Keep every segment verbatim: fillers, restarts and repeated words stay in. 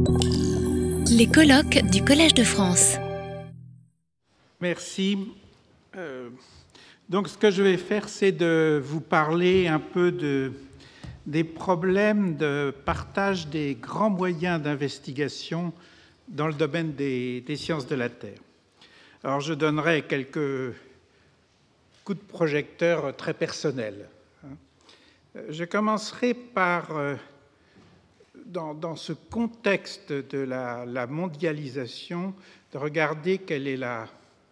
Les colloques du Collège de France. Merci. Euh, donc, ce que je vais faire, c'est de vous parler un peu de, des problèmes de partage des grands moyens d'investigation dans le domaine des, des sciences de la Terre. Alors, je donnerai quelques coups de projecteur très personnels. Je commencerai par, dans, dans ce contexte de la, la mondialisation, de regarder quelle est la,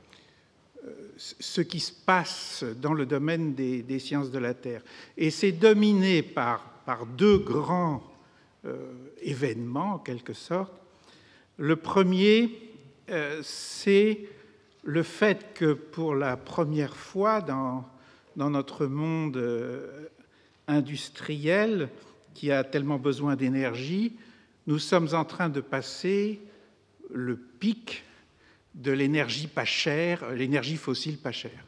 ce qui se passe dans le domaine des, des sciences de la Terre. Et c'est dominé par, par deux grands euh, événements, en quelque sorte. Le premier, euh, c'est le fait que pour la première fois dans, dans notre monde euh, industriel, qui a tellement besoin d'énergie, nous sommes en train de passer le pic de l'énergie pas chère, l'énergie fossile pas chère.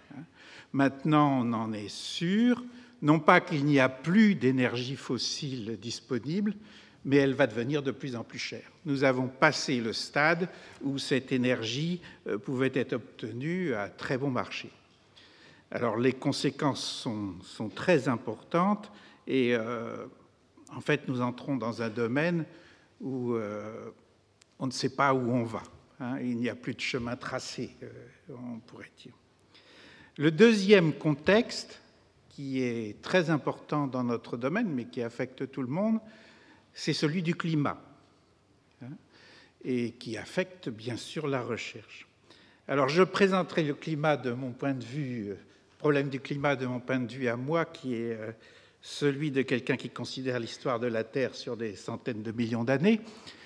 Maintenant, on en est sûr, non pas qu'il n'y a plus d'énergie fossile disponible, mais elle va devenir de plus en plus chère. Nous avons passé le stade où cette énergie pouvait être obtenue à très bon marché. Alors, les conséquences sont, sont très importantes et, euh, en fait, nous entrons dans un domaine où euh, on ne sait pas où on va. Hein, il n'y a plus de chemin tracé, euh, on pourrait dire. Le deuxième contexte, qui est très important dans notre domaine, mais qui affecte tout le monde, c'est celui du climat, hein, et qui affecte bien sûr la recherche. Alors, je présenterai le climat de mon point de vue, le problème du climat de mon point de vue à moi, qui est euh, celui de quelqu'un qui considère l'histoire de la Terre sur des centaines de millions d'années.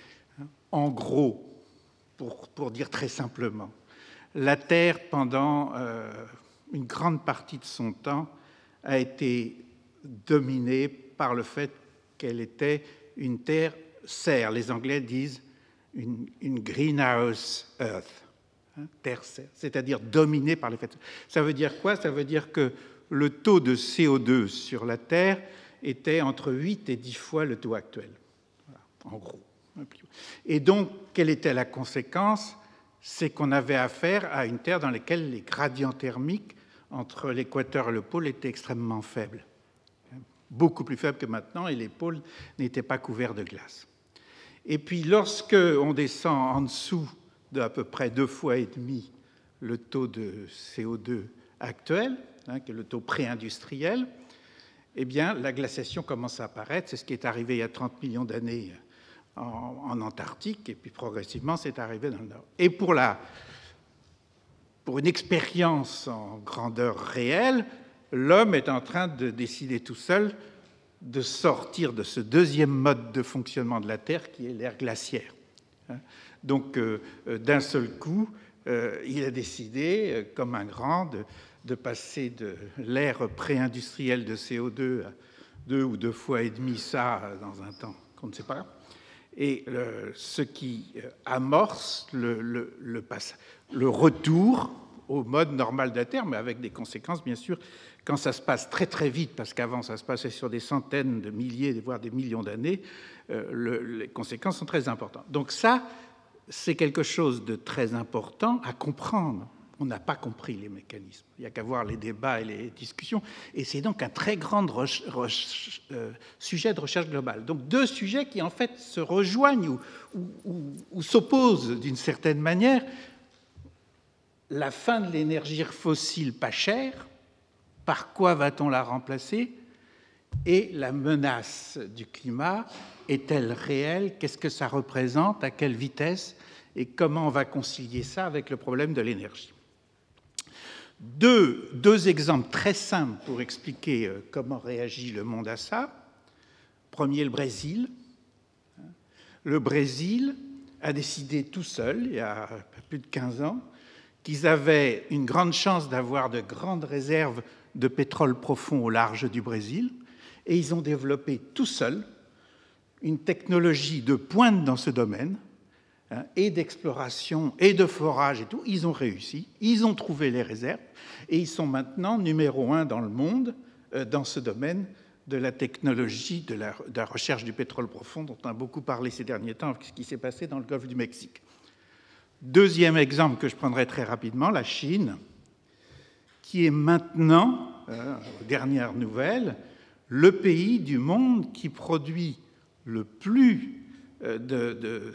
En gros, pour, pour dire très simplement, la Terre, pendant euh, une grande partie de son temps, a été dominée par le fait qu'elle était une terre serre. Les Anglais disent une, une greenhouse earth. Terre serre, c'est-à-dire dominée par l'effet de serre. Ça veut dire quoi? Ça veut dire que le taux de C O deux sur la Terre était entre huit et dix fois le taux actuel, voilà, en gros. Et donc, quelle était la conséquence? C'est qu'on avait affaire à une Terre dans laquelle les gradients thermiques entre l'équateur et le pôle étaient extrêmement faibles, beaucoup plus faibles que maintenant, et les pôles n'étaient pas couverts de glace. Et puis, lorsqu'on descend en dessous d'à peu près deux fois et demi le taux de C O deux actuel, hein, qui est le taux pré-industriel, eh bien, la glaciation commence à apparaître. C'est ce qui est arrivé il y a trente millions d'années en, en Antarctique, et puis progressivement, c'est arrivé dans le Nord. Et pour, la, pour une expérience en grandeur réelle, l'homme est en train de décider tout seul de sortir de ce deuxième mode de fonctionnement de la Terre, qui est l'ère glaciaire. Donc, euh, d'un seul coup, euh, il a décidé, euh, comme un grand, de, de passer de l'ère pré-industrielle de C O deux à deux ou deux fois et demi ça dans un temps qu'on ne sait pas. Et le, ce qui amorce le, le, le, le retour au mode normal de la Terre, mais avec des conséquences, bien sûr, quand ça se passe très très vite, parce qu'avant ça se passait sur des centaines de milliers, voire des millions d'années, euh, le, les conséquences sont très importantes. Donc ça, c'est quelque chose de très important à comprendre. On n'a pas compris les mécanismes. Il n'y a qu'à voir les débats et les discussions. Et c'est donc un très grand re- re- euh, sujet de recherche globale. Donc deux sujets qui, en fait, se rejoignent ou, ou, ou, ou s'opposent d'une certaine manière. La fin de l'énergie fossile pas chère, par quoi va-t-on la remplacer? Et la menace du climat, est-elle réelle? Qu'est-ce que ça représente? À quelle vitesse? Et comment on va concilier ça avec le problème de l'énergie? Deux, deux exemples très simples pour expliquer comment réagit le monde à ça. Premier, le Brésil. Le Brésil a décidé tout seul, il y a plus de quinze ans, qu'ils avaient une grande chance d'avoir de grandes réserves de pétrole profond au large du Brésil, et ils ont développé tout seuls une technologie de pointe dans ce domaine, hein, et d'exploration et de forage et tout. Ils ont réussi, ils ont trouvé les réserves, et ils sont maintenant numéro un dans le monde euh, dans ce domaine de la technologie, de la, de la recherche du pétrole profond, dont on a beaucoup parlé ces derniers temps, avec ce qui s'est passé dans le golfe du Mexique. Deuxième exemple que je prendrai très rapidement, la Chine, qui est maintenant, euh, dernière nouvelle, le pays du monde qui produit le plus euh, de, de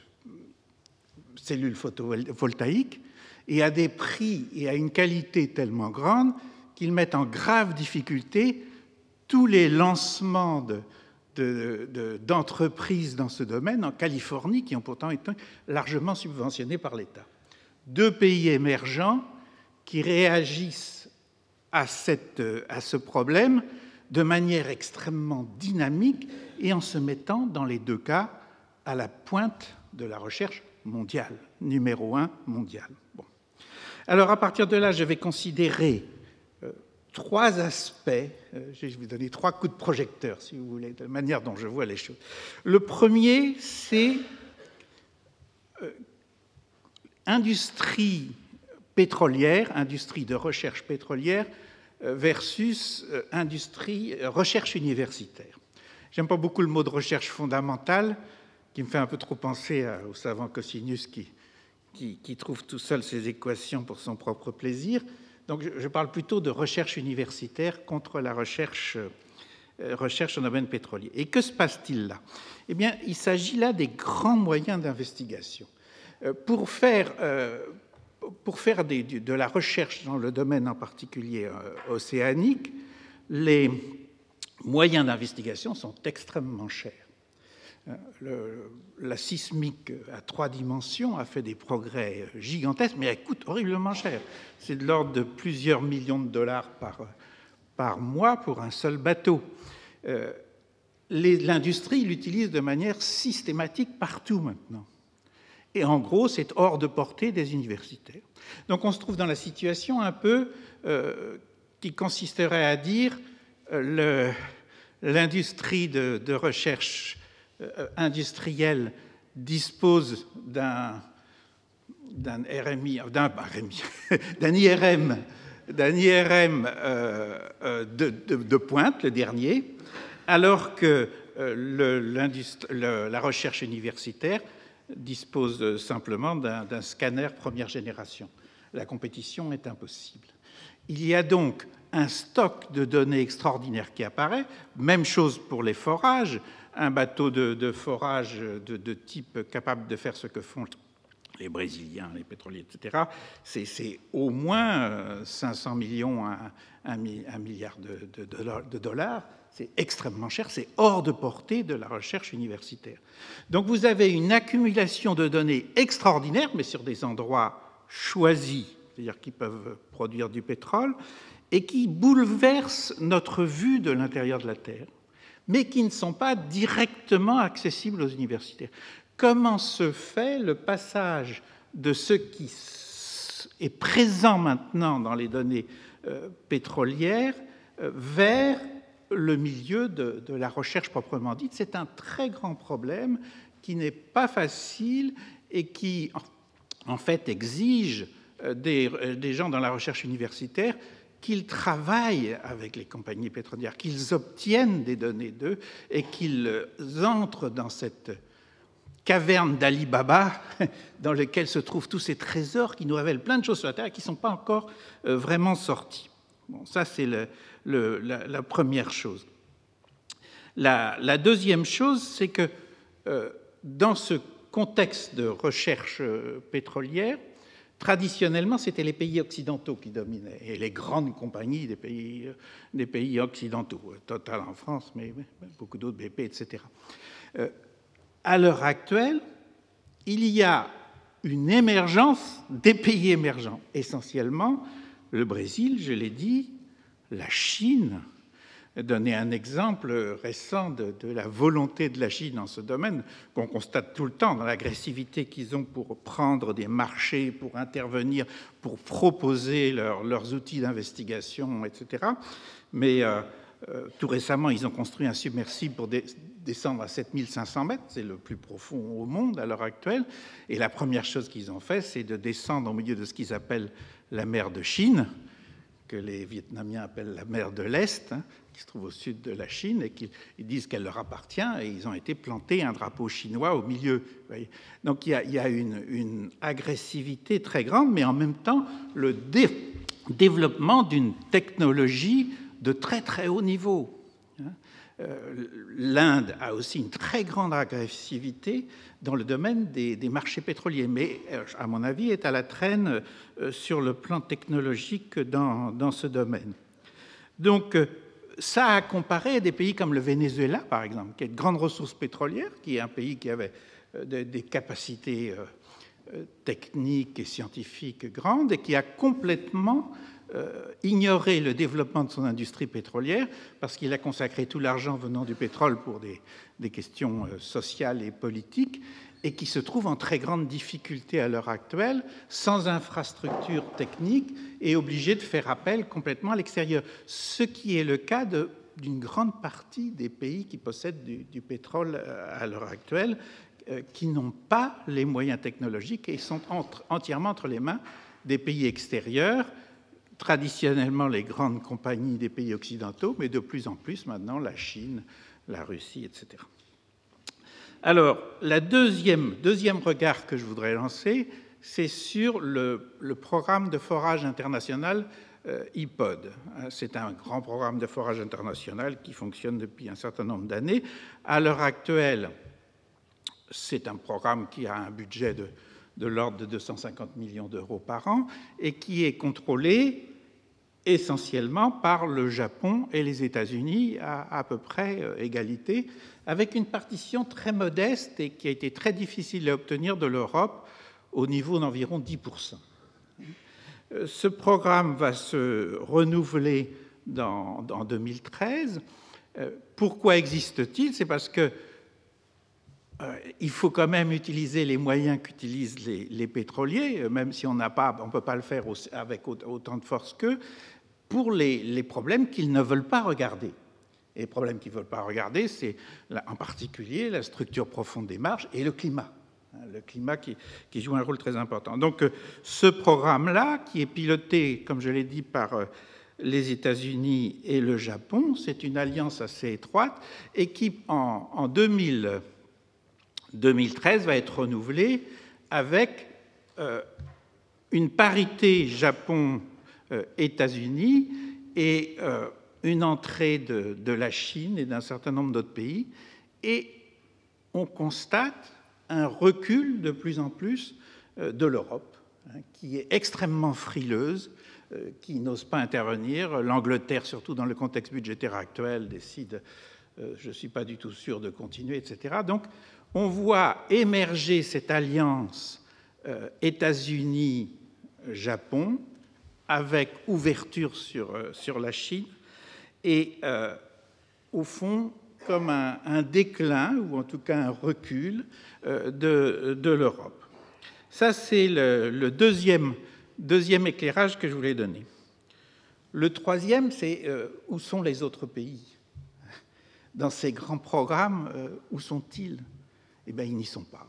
cellules photovoltaïques et à des prix et à une qualité tellement grande qu'ils mettent en grave difficulté tous les lancements de, de, de, d'entreprises dans ce domaine en Californie, qui ont pourtant été largement subventionnés par l'État. Deux pays émergents qui réagissent à, cette, à ce problème de manière extrêmement dynamique et en se mettant, dans les deux cas, à la pointe de la recherche mondiale, numéro un mondial. Bon. Alors, à partir de là, je vais considérer euh, trois aspects. Euh, je vais vous donner trois coups de projecteur, si vous voulez, de la manière dont je vois les choses. Le premier, c'est euh, industrie pétrolière, industrie de recherche pétrolière versus industrie, recherche universitaire. J'aime pas beaucoup le mot de recherche fondamentale, qui me fait un peu trop penser au savant Cosinus qui, qui, qui trouve tout seul ses équations pour son propre plaisir. Donc je, je parle plutôt de recherche universitaire contre la recherche, euh, recherche en domaine pétrolier. Et que se passe-t-il là? Eh bien, il s'agit là des grands moyens d'investigation. Euh, pour faire... Euh, Pour faire des, de la recherche dans le domaine en particulier euh, océanique, les moyens d'investigation sont extrêmement chers. Le, la sismique à trois dimensions a fait des progrès gigantesques, mais elle coûte horriblement cher. C'est de l'ordre de plusieurs millions de dollars par, par mois pour un seul bateau. Euh, les, l'industrie l'utilise de manière systématique partout maintenant. Et en gros, c'est hors de portée des universitaires. Donc on se trouve dans la situation un peu euh, qui consisterait à dire euh, le, l'industrie de, de recherche euh, industrielle dispose d'un, d'un R M I, d'un, d'un I R M, d'un I R M euh, euh, de, de, de pointe, le dernier, alors que euh, le, le, la recherche universitaire dispose simplement d'un, d'un scanner première génération. La compétition est impossible. Il y a donc un stock de données extraordinaire qui apparaît. Même chose pour les forages. Un bateau de, de forage de, de type capable de faire ce que font les Brésiliens, les pétroliers, et cetera, c'est, c'est au moins cinq cents millions à un milliard de, de, de, de dollars. C'est extrêmement cher, c'est hors de portée de la recherche universitaire. Donc vous avez une accumulation de données extraordinaires, mais sur des endroits choisis, c'est-à-dire qui peuvent produire du pétrole, et qui bouleversent notre vue de l'intérieur de la Terre, mais qui ne sont pas directement accessibles aux universitaires. Comment se fait le passage de ce qui est présent maintenant dans les données euh, pétrolières euh, vers le milieu de, de la recherche proprement dite? C'est un très grand problème qui n'est pas facile et qui, en fait, exige des, des gens dans la recherche universitaire qu'ils travaillent avec les compagnies pétrolières, qu'ils obtiennent des données d'eux et qu'ils entrent dans cette caverne d'Ali Baba dans laquelle se trouvent tous ces trésors qui nous révèlent plein de choses sur la Terre et qui ne sont pas encore vraiment sortis. Bon, ça, c'est le, le, la, la première chose. La, la deuxième chose, c'est que euh, dans ce contexte de recherche euh, pétrolière, traditionnellement, c'était les pays occidentaux qui dominaient, et les grandes compagnies des pays, euh, des pays occidentaux, Total en France, mais, mais beaucoup d'autres, B P, et cetera. Euh, à l'heure actuelle, il y a une émergence des pays émergents, essentiellement le Brésil, je l'ai dit, la Chine. Donner un exemple récent de, de la volonté de la Chine dans ce domaine, qu'on constate tout le temps dans l'agressivité qu'ils ont pour prendre des marchés, pour intervenir, pour proposer leur, leurs outils d'investigation, et cetera. Mais euh, euh, tout récemment, ils ont construit un submersible pour dé- descendre à sept mille cinq cents mètres, c'est le plus profond au monde à l'heure actuelle. Et la première chose qu'ils ont fait, c'est de descendre au milieu de ce qu'ils appellent la mer de Chine, que les Vietnamiens appellent la mer de l'Est, hein, qui se trouve au sud de la Chine, et qu'ils disent qu'elle leur appartient, et ils ont été plantés un drapeau chinois au milieu. Vous voyez. Donc il y a, il y a une, une agressivité très grande, mais en même temps le dé développement d'une technologie de très très haut niveau. Euh, L'Inde a aussi une très grande agressivité dans le domaine des, des marchés pétroliers, mais à mon avis est à la traîne euh, sur le plan technologique dans, dans ce domaine. Donc euh, ça a comparé à des pays comme le Venezuela, par exemple, qui a de grandes ressources pétrolières, qui est un pays qui avait euh, des, des capacités euh, techniques et scientifiques grandes et qui a complètement Euh, ignorer le développement de son industrie pétrolière parce qu'il a consacré tout l'argent venant du pétrole pour des, des questions euh, sociales et politiques et qui se trouve en très grande difficulté à l'heure actuelle, sans infrastructure technique et obligé de faire appel complètement à l'extérieur. Ce qui est le cas d'une grande partie des pays qui possèdent du, du pétrole euh, à l'heure actuelle, euh, qui n'ont pas les moyens technologiques et sont entre, entièrement entre les mains des pays extérieurs, traditionnellement les grandes compagnies des pays occidentaux, mais de plus en plus maintenant la Chine, la Russie, et cetera. Alors, le deuxième, deuxième regard que je voudrais lancer, c'est sur le, le programme de forage international euh, I P O D. C'est un grand programme de forage international qui fonctionne depuis un certain nombre d'années. À l'heure actuelle, c'est un programme qui a un budget de de l'ordre de deux cent cinquante millions d'euros par an, et qui est contrôlé essentiellement par le Japon et les États-Unis à à peu près égalité, avec une partition très modeste et qui a été très difficile à obtenir de l'Europe au niveau d'environ dix pour cent. Ce programme va se renouveler dans, en deux mille treize. Pourquoi existe-t-il? C'est parce que Euh, il faut quand même utiliser les moyens qu'utilisent les, les pétroliers, même si on n'a pas, on ne peut pas le faire aussi, avec autant de force qu'eux, pour les, les problèmes qu'ils ne veulent pas regarder. Et les problèmes qu'ils ne veulent pas regarder, c'est en particulier la structure profonde des marges et le climat. Le climat qui, qui joue un rôle très important. Donc ce programme-là, qui est piloté, comme je l'ai dit, par les États-Unis et le Japon, c'est une alliance assez étroite et qui, en, en deux mille deux mille treize va être renouvelé avec euh, une parité Japon-États-Unis et euh, une entrée de, de la Chine et d'un certain nombre d'autres pays. Et on constate un recul de plus en plus euh, de l'Europe, hein, qui est extrêmement frileuse, euh, qui n'ose pas intervenir. L'Angleterre, surtout dans le contexte budgétaire actuel, décide euh, « je ne suis pas du tout sûr de continuer », et cetera. Donc, on voit émerger cette alliance euh, États-Unis-Japon avec ouverture sur, euh, sur la Chine et, euh, au fond, comme un, un déclin, ou en tout cas un recul euh, de, de l'Europe. Ça, c'est le, le deuxième, deuxième éclairage que je voulais donner. Le troisième, c'est euh, où sont les autres pays? Dans ces grands programmes, euh, où sont-ils? Eh bien, ils n'y sont pas.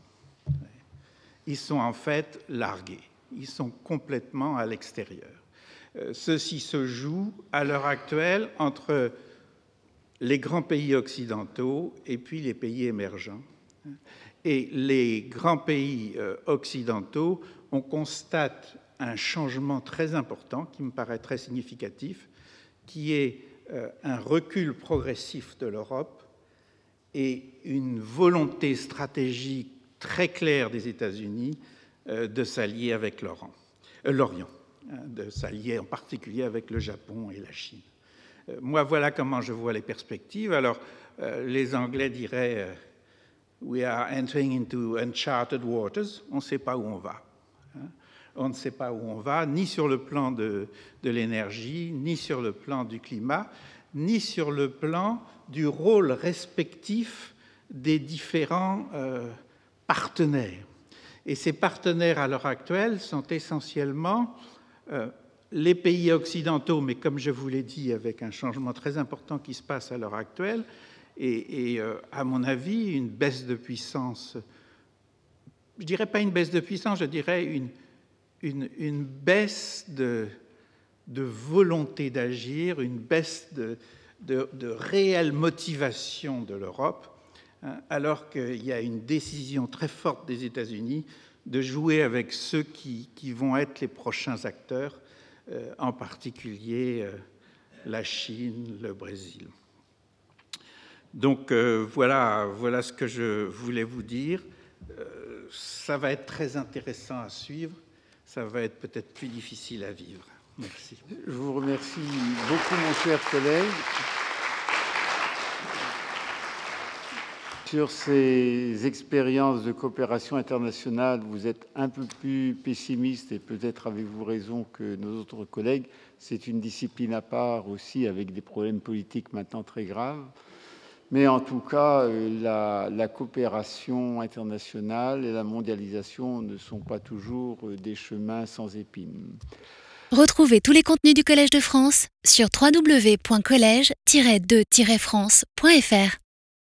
Ils sont en fait largués. Ils sont complètement à l'extérieur. Ceci se joue à l'heure actuelle entre les grands pays occidentaux et puis les pays émergents. Et les grands pays occidentaux, on constate un changement très important qui me paraît très significatif, qui est un recul progressif de l'Europe et une volonté stratégique très claire des États-Unis euh, de s'allier avec l'Orient, euh, l'Orient hein, de s'allier en particulier avec le Japon et la Chine. Euh, moi, voilà comment je vois les perspectives. Alors, euh, les Anglais diraient euh, « We are entering into uncharted waters ». On ne sait pas où on va. Hein. On ne sait pas où on va, ni sur le plan de, de l'énergie, ni sur le plan du climat, ni sur le plan du rôle respectif des différents euh, partenaires. Et ces partenaires, à l'heure actuelle, sont essentiellement euh, les pays occidentaux, mais comme je vous l'ai dit, avec un changement très important qui se passe à l'heure actuelle, et, et euh, à mon avis, une baisse de puissance, je ne dirais pas une baisse de puissance, je dirais une, une, une baisse de, de volonté d'agir, une baisse de, de, de réelle motivation de l'Europe, hein, alors qu'il y a une décision très forte des États-Unis de jouer avec ceux qui, qui vont être les prochains acteurs, euh, en particulier euh, la Chine, le Brésil. Donc euh, voilà, voilà ce que je voulais vous dire. Euh, ça va être très intéressant à suivre, ça va être peut-être plus difficile à vivre. Merci. Je vous remercie beaucoup, mon cher collègue. Sur ces expériences de coopération internationale, vous êtes un peu plus pessimiste, et peut-être avez-vous raison que nos autres collègues. C'est une discipline à part aussi, avec des problèmes politiques maintenant très graves. Mais en tout cas, la, la coopération internationale et la mondialisation ne sont pas toujours des chemins sans épines. Retrouvez tous les contenus du Collège de France sur w w w point collège tiret de tiret france point f r.